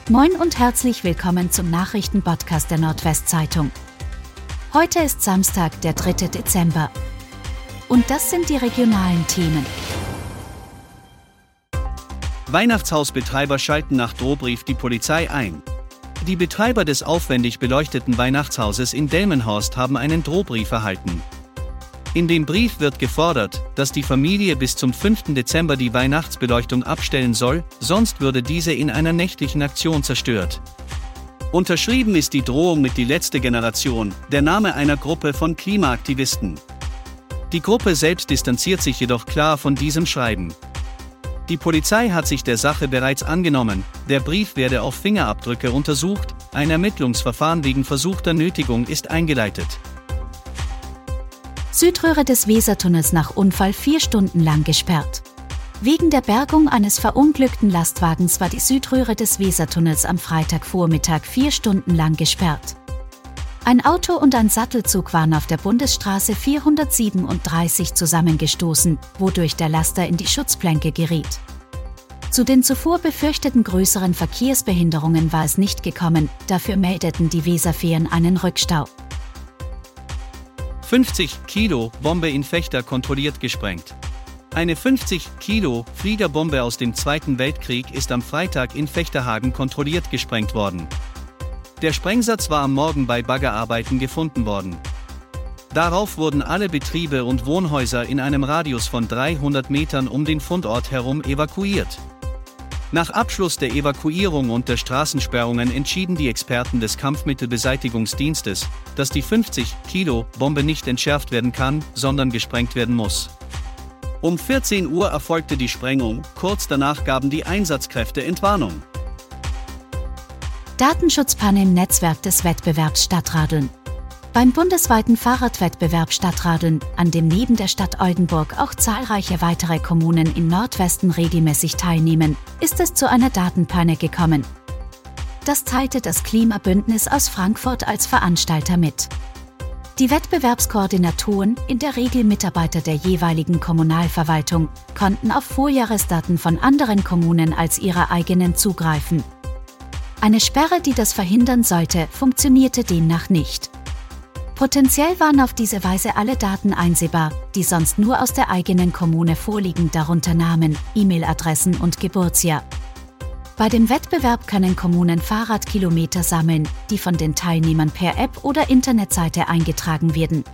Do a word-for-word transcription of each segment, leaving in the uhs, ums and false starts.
Moin und herzlich willkommen zum Nachrichtenpodcast der Nordwestzeitung. Heute ist Samstag, der dritte Dezember. Und das sind die regionalen Themen. Weihnachtshausbetreiber schalten nach Drohbrief die Polizei ein. Die Betreiber des aufwendig beleuchteten Weihnachtshauses in Delmenhorst haben einen Drohbrief erhalten. In dem Brief wird gefordert, dass die Familie bis zum fünften Dezember die Weihnachtsbeleuchtung abstellen soll, sonst würde diese in einer nächtlichen Aktion zerstört. Unterschrieben ist die Drohung mit Die letzte Generation, der Name einer Gruppe von Klimaaktivisten. Die Gruppe selbst distanziert sich jedoch klar von diesem Schreiben. Die Polizei hat sich der Sache bereits angenommen, der Brief werde auf Fingerabdrücke untersucht, ein Ermittlungsverfahren wegen versuchter Nötigung ist eingeleitet. Südröhre des Wesertunnels nach Unfall vier Stunden lang gesperrt. Wegen der Bergung eines verunglückten Lastwagens war die Südröhre des Wesertunnels am Freitagvormittag vier Stunden lang gesperrt. Ein Auto und ein Sattelzug waren auf der Bundesstraße vierhundertsiebenunddreißig zusammengestoßen, wodurch der Laster in die Schutzplanke geriet. Zu den zuvor befürchteten größeren Verkehrsbehinderungen war es nicht gekommen, dafür meldeten die Weserfähren einen Rückstau. fünfzig Kilo Bombe in Vechta kontrolliert gesprengt. Eine fünfzig Kilo Fliegerbombe aus dem Zweiten Weltkrieg ist am Freitag in Vechterhagen kontrolliert gesprengt worden. Der Sprengsatz war am Morgen bei Baggerarbeiten gefunden worden. Darauf wurden alle Betriebe und Wohnhäuser in einem Radius von dreihundert Metern um den Fundort herum evakuiert. Nach Abschluss der Evakuierung und der Straßensperrungen entschieden die Experten des Kampfmittelbeseitigungsdienstes, dass die fünfzig Kilo Bombe nicht entschärft werden kann, sondern gesprengt werden muss. Um vierzehn Uhr erfolgte die Sprengung, kurz danach gaben die Einsatzkräfte Entwarnung. Datenschutzpanne im Netzwerk des Wettbewerbs Stadtradeln. Beim bundesweiten Fahrradwettbewerb Stadtradeln, an dem neben der Stadt Oldenburg auch zahlreiche weitere Kommunen im Nordwesten regelmäßig teilnehmen, ist es zu einer Datenpanne gekommen. Das teilte das Klimabündnis aus Frankfurt als Veranstalter mit. Die Wettbewerbskoordinatoren, in der Regel Mitarbeiter der jeweiligen Kommunalverwaltung, konnten auf Vorjahresdaten von anderen Kommunen als ihrer eigenen zugreifen. Eine Sperre, die das verhindern sollte, funktionierte demnach nicht. Potenziell waren auf diese Weise alle Daten einsehbar, die sonst nur aus der eigenen Kommune vorliegen, darunter Namen, E-Mail-Adressen und Geburtsjahr. Bei dem Wettbewerb können Kommunen Fahrradkilometer sammeln, die von den Teilnehmern per App oder Internetseite eingetragen werden.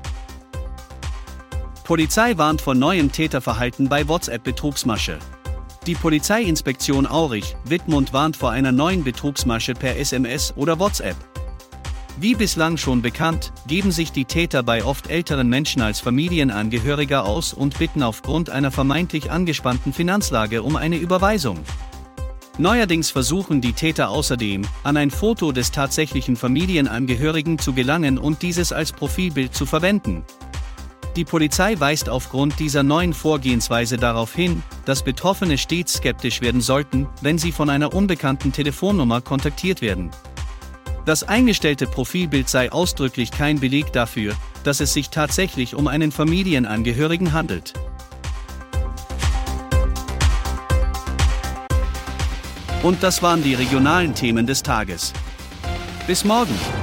Polizei warnt vor neuem Täterverhalten bei WhatsApp-Betrugsmasche. Die Polizeiinspektion Aurich-Wittmund warnt vor einer neuen Betrugsmasche per S M S oder WhatsApp. Wie bislang schon bekannt, geben sich die Täter bei oft älteren Menschen als Familienangehöriger aus und bitten aufgrund einer vermeintlich angespannten Finanzlage um eine Überweisung. Neuerdings versuchen die Täter außerdem, an ein Foto des tatsächlichen Familienangehörigen zu gelangen und dieses als Profilbild zu verwenden. Die Polizei weist aufgrund dieser neuen Vorgehensweise darauf hin, dass Betroffene stets skeptisch werden sollten, wenn sie von einer unbekannten Telefonnummer kontaktiert werden. Das eingestellte Profilbild sei ausdrücklich kein Beleg dafür, dass es sich tatsächlich um einen Familienangehörigen handelt. Und das waren die regionalen Themen des Tages. Bis morgen!